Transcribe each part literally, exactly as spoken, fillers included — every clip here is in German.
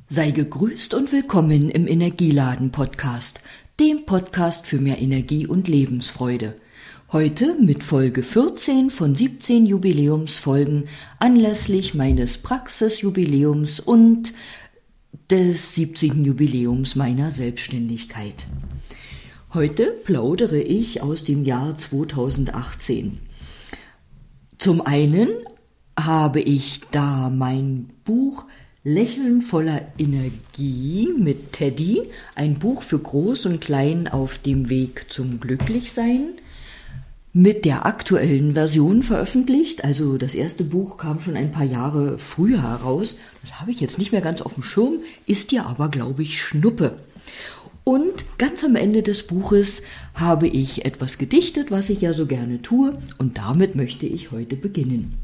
Sei gegrüßt und willkommen im Energieladen-Podcast, dem Podcast für mehr Energie und Lebensfreude. Heute mit Folge vierzehn von siebzehn Jubiläumsfolgen anlässlich meines Praxisjubiläums und des siebzehnten Jubiläums meiner Selbstständigkeit. Heute plaudere ich aus dem Jahr zweitausendachtzehn. Zum einen habe ich da mein Buch Lächeln voller Energie mit Teddy, ein Buch für Groß und Klein auf dem Weg zum Glücklichsein, mit der aktuellen Version veröffentlicht. Also das erste Buch kam schon ein paar Jahre früher heraus. Das habe ich jetzt nicht mehr ganz auf dem Schirm, ist dir aber, glaube ich, Schnuppe. Und ganz am Ende des Buches habe ich etwas gedichtet, was ich ja so gerne tue, und damit möchte ich heute beginnen.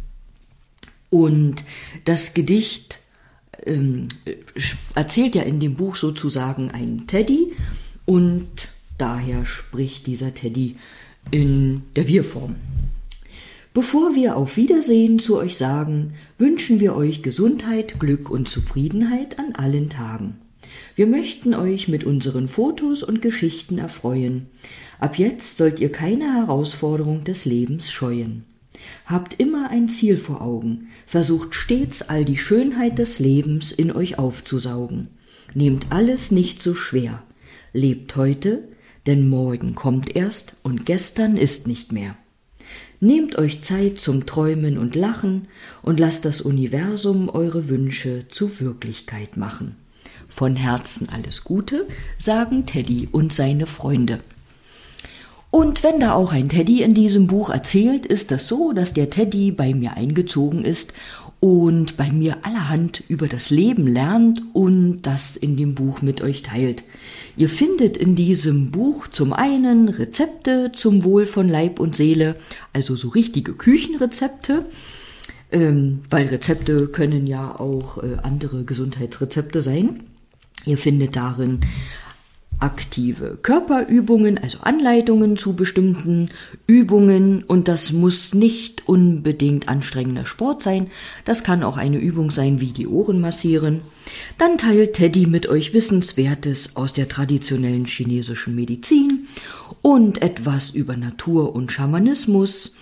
Und das Gedicht ähm, erzählt ja in dem Buch sozusagen ein Teddy, und daher spricht dieser Teddy in der Wir-Form. Bevor wir auf Wiedersehen zu euch sagen, wünschen wir euch Gesundheit, Glück und Zufriedenheit an allen Tagen. Wir möchten euch mit unseren Fotos und Geschichten erfreuen. Ab jetzt sollt ihr keine Herausforderung des Lebens scheuen. Habt immer ein Ziel vor Augen, versucht stets all die Schönheit des Lebens in euch aufzusaugen. Nehmt alles nicht so schwer. Lebt heute, denn morgen kommt erst und gestern ist nicht mehr. Nehmt euch Zeit zum Träumen und Lachen und lasst das Universum eure Wünsche zu Wirklichkeit machen. Von Herzen alles Gute, sagen Teddy und seine Freunde. Und wenn da auch ein Teddy in diesem Buch erzählt, ist das so, dass der Teddy bei mir eingezogen ist und bei mir allerhand über das Leben lernt und das in dem Buch mit euch teilt. Ihr findet in diesem Buch zum einen Rezepte zum Wohl von Leib und Seele, also so richtige Küchenrezepte, ähm, weil Rezepte können ja auch äh, andere Gesundheitsrezepte sein. Ihr findet darin aktive Körperübungen, also Anleitungen zu bestimmten Übungen, und das muss nicht unbedingt anstrengender Sport sein, das kann auch eine Übung sein wie die Ohren massieren. Dann teilt Teddy mit euch Wissenswertes aus der traditionellen chinesischen Medizin und etwas über Natur und Schamanismus,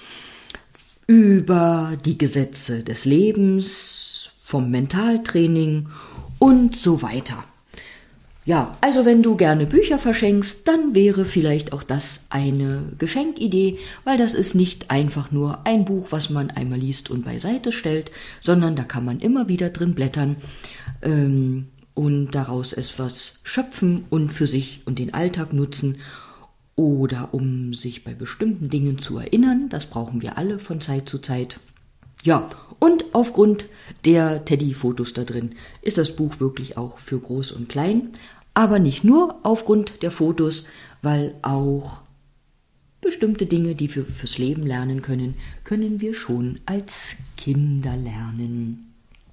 über die Gesetze des Lebens, vom Mentaltraining und so weiter. Ja, also wenn du gerne Bücher verschenkst, dann wäre vielleicht auch das eine Geschenkidee, weil das ist nicht einfach nur ein Buch, was man einmal liest und beiseite stellt, sondern da kann man immer wieder drin blättern ähm, und daraus etwas schöpfen und für sich und den Alltag nutzen oder um sich bei bestimmten Dingen zu erinnern. Das brauchen wir alle von Zeit zu Zeit. Ja, und aufgrund der Teddy-Fotos da drin ist das Buch wirklich auch für Groß und Klein. Aber nicht nur aufgrund der Fotos, weil auch bestimmte Dinge, die wir fürs Leben lernen können, können wir schon als Kinder lernen.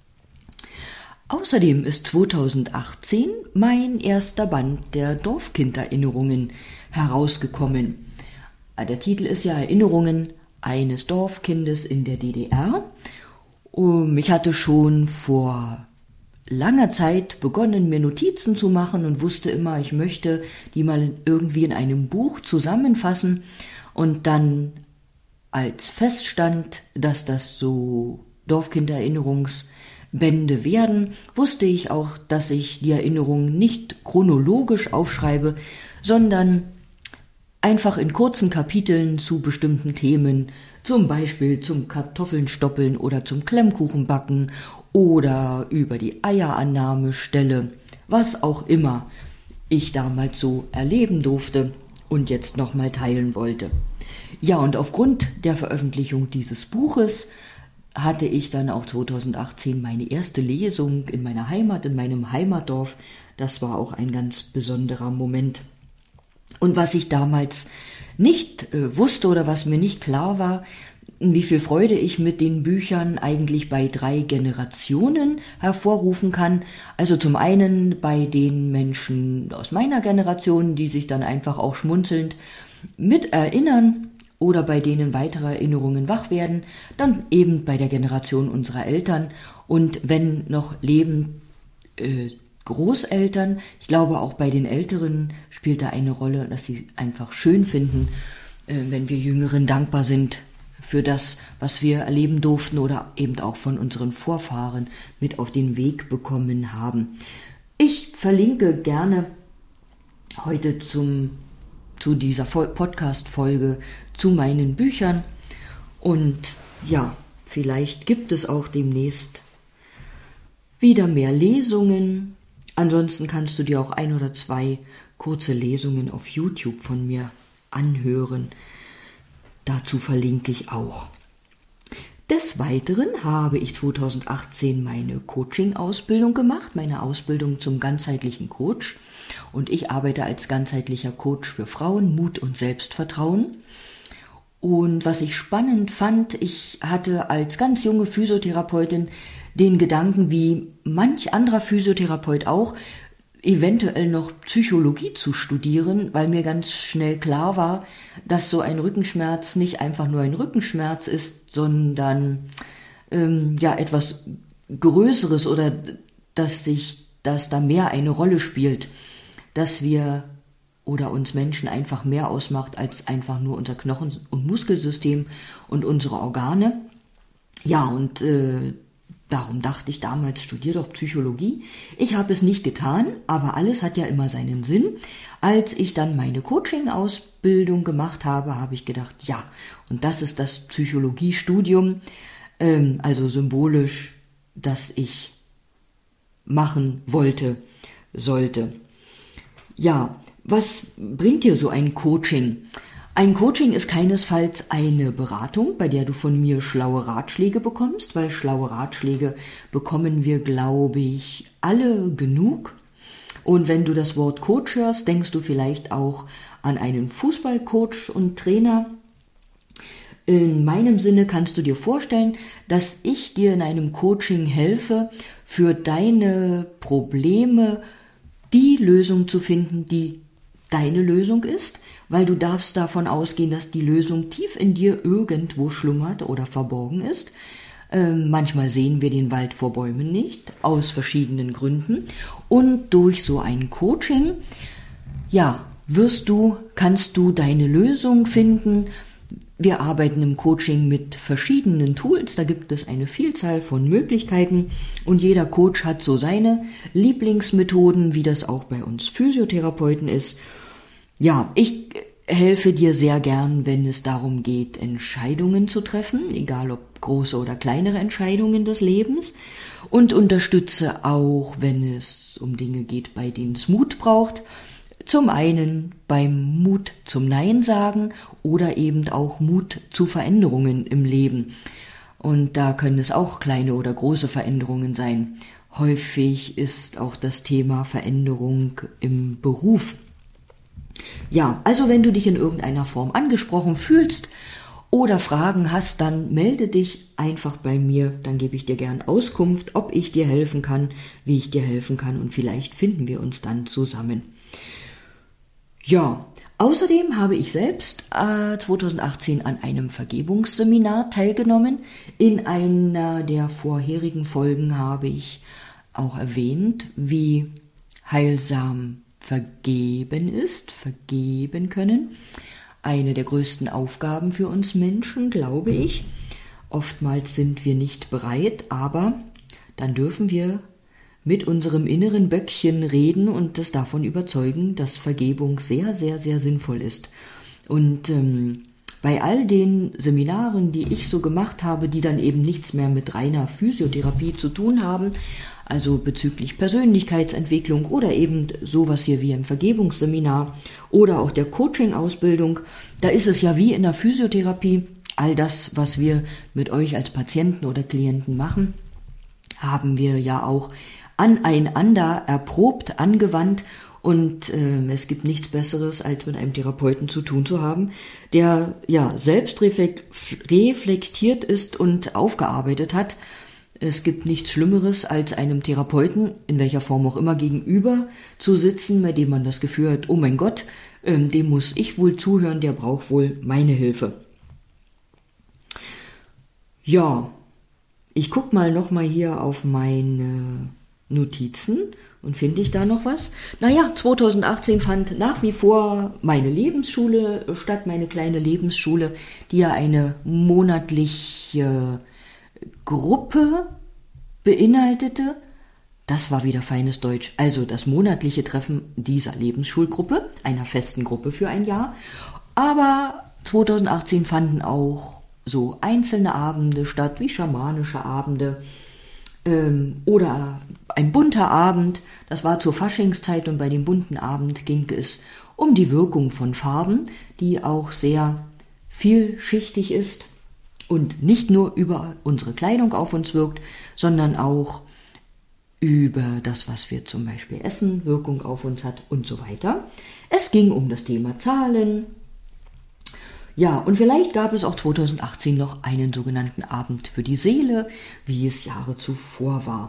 Außerdem ist zweitausendachtzehn mein erster Band der Dorfkinderinnerungen herausgekommen. Der Titel ist ja Erinnerungen eines Dorfkindes in der D D R. Ich hatte schon vor langer Zeit begonnen, mir Notizen zu machen und wusste immer, ich möchte die mal irgendwie in einem Buch zusammenfassen, und dann als feststand, dass das so Dorfkindererinnerungsbände werden, wusste ich auch, dass ich die Erinnerungen nicht chronologisch aufschreibe, sondern einfach in kurzen Kapiteln zu bestimmten Themen, zum Beispiel zum Kartoffeln stoppeln oder zum Klemmkuchenbacken oder über die Eierannahme stelle, was auch immer ich damals so erleben durfte und jetzt nochmal teilen wollte. Ja, und aufgrund der Veröffentlichung dieses Buches hatte ich dann auch zweitausendachtzehn meine erste Lesung in meiner Heimat, in meinem Heimatdorf. Das war auch ein ganz besonderer Moment. Und was ich damals nicht äh, wusste oder was mir nicht klar war, wie viel Freude ich mit den Büchern eigentlich bei drei Generationen hervorrufen kann. Also zum einen bei den Menschen aus meiner Generation, die sich dann einfach auch schmunzelnd mit erinnern oder bei denen weitere Erinnerungen wach werden, dann eben bei der Generation unserer Eltern und wenn noch lebend äh, Großeltern. Ich glaube, auch bei den Älteren spielt da eine Rolle, dass sie einfach schön finden, äh, wenn wir Jüngeren dankbar sind für das, was wir erleben durften oder eben auch von unseren Vorfahren mit auf den Weg bekommen haben. Ich verlinke gerne heute zum, zu dieser Podcast-Folge zu meinen Büchern und ja, vielleicht gibt es auch demnächst wieder mehr Lesungen. Ansonsten kannst du dir auch ein oder zwei kurze Lesungen auf YouTube von mir anhören. Dazu verlinke ich auch. Des Weiteren habe ich zweitausendachtzehn meine Coaching-Ausbildung gemacht, meine Ausbildung zum ganzheitlichen Coach. Und ich arbeite als ganzheitlicher Coach für Frauen, Mut und Selbstvertrauen. Und was ich spannend fand, ich hatte als ganz junge Physiotherapeutin den Gedanken, wie manch anderer Physiotherapeut auch, eventuell noch Psychologie zu studieren, weil mir ganz schnell klar war, dass so ein Rückenschmerz nicht einfach nur ein Rückenschmerz ist, sondern ähm, ja etwas Größeres oder dass sich, dass da mehr eine Rolle spielt, dass wir oder uns Menschen einfach mehr ausmacht als einfach nur unser Knochen- und Muskelsystem und unsere Organe. Ja, und äh, darum dachte ich damals, studier doch Psychologie. Ich habe es nicht getan, aber alles hat ja immer seinen Sinn. Als ich dann meine Coaching-Ausbildung gemacht habe, habe ich gedacht, ja, und das ist das Psychologiestudium, ähm, also symbolisch, das ich machen wollte, sollte. Ja, was bringt dir so ein Coaching? Ein Coaching ist keinesfalls eine Beratung, bei der du von mir schlaue Ratschläge bekommst, weil schlaue Ratschläge bekommen wir, glaube ich, alle genug. Und wenn du das Wort Coach hörst, denkst du vielleicht auch an einen Fußballcoach und Trainer. In meinem Sinne kannst du dir vorstellen, dass ich dir in einem Coaching helfe, für deine Probleme die Lösung zu finden, die deine Lösung ist, weil du darfst davon ausgehen, dass die Lösung tief in dir irgendwo schlummert oder verborgen ist. Ähm, manchmal sehen wir den Wald vor Bäumen nicht, aus verschiedenen Gründen. Und durch so ein Coaching, ja, wirst du, kannst du deine Lösung finden. Wir arbeiten im Coaching mit verschiedenen Tools, da gibt es eine Vielzahl von Möglichkeiten und jeder Coach hat so seine Lieblingsmethoden, wie das auch bei uns Physiotherapeuten ist. Ja, ich helfe dir sehr gern, wenn es darum geht, Entscheidungen zu treffen, egal ob große oder kleinere Entscheidungen des Lebens, und unterstütze auch, wenn es um Dinge geht, bei denen es Mut braucht. Zum einen beim Mut zum Nein sagen oder eben auch Mut zu Veränderungen im Leben. Und da können es auch kleine oder große Veränderungen sein. Häufig ist auch das Thema Veränderung im Beruf. Ja, also wenn du dich in irgendeiner Form angesprochen fühlst oder Fragen hast, dann melde dich einfach bei mir. Dann gebe ich dir gern Auskunft, ob ich dir helfen kann, wie ich dir helfen kann und vielleicht finden wir uns dann zusammen. Ja, außerdem habe ich selbst äh, zweitausendachtzehn an einem Vergebungsseminar teilgenommen. In einer der vorherigen Folgen habe ich auch erwähnt, wie heilsam vergeben ist, vergeben können. Eine der größten Aufgaben für uns Menschen, glaube ich. Oftmals sind wir nicht bereit, aber dann dürfen wir mit unserem inneren Böckchen reden und das davon überzeugen, dass Vergebung sehr, sehr, sehr sinnvoll ist. Und ähm, bei all den Seminaren, die ich so gemacht habe, die dann eben nichts mehr mit reiner Physiotherapie zu tun haben, also bezüglich Persönlichkeitsentwicklung oder eben sowas hier wie im Vergebungsseminar oder auch der Coaching-Ausbildung, da ist es ja wie in der Physiotherapie, all das, was wir mit euch als Patienten oder Klienten machen, haben wir ja auch aneinander erprobt, angewandt und äh, es gibt nichts Besseres, als mit einem Therapeuten zu tun zu haben, der ja selbst reflektiert ist und aufgearbeitet hat. Es gibt nichts Schlimmeres, als einem Therapeuten, in welcher Form auch immer, gegenüber zu sitzen, bei dem man das Gefühl hat, oh mein Gott, äh, dem muss ich wohl zuhören, der braucht wohl meine Hilfe. Ja, ich guck mal nochmal hier auf meine Notizen und finde ich da noch was? Naja, zweitausendachtzehn fand nach wie vor meine Lebensschule statt, meine kleine Lebensschule, die ja eine monatliche Gruppe beinhaltete. Das war wieder feines Deutsch. Also das monatliche Treffen dieser Lebensschulgruppe, einer festen Gruppe für ein Jahr. Aber zweitausendachtzehn fanden auch so einzelne Abende statt, wie schamanische Abende ähm, oder ein bunter Abend. Das war zur Faschingszeit und bei dem bunten Abend ging es um die Wirkung von Farben, die auch sehr vielschichtig ist und nicht nur über unsere Kleidung auf uns wirkt, sondern auch über das, was wir zum Beispiel essen, Wirkung auf uns hat und so weiter. Es ging um das Thema Zahlen. Ja, und vielleicht gab es auch zweitausendachtzehn noch einen sogenannten Abend für die Seele, wie es Jahre zuvor war.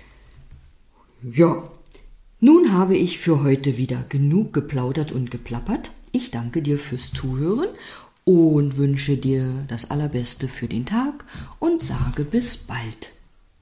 Ja, nun habe ich für heute wieder genug geplaudert und geplappert. Ich danke dir fürs Zuhören und wünsche dir das Allerbeste für den Tag und sage bis bald.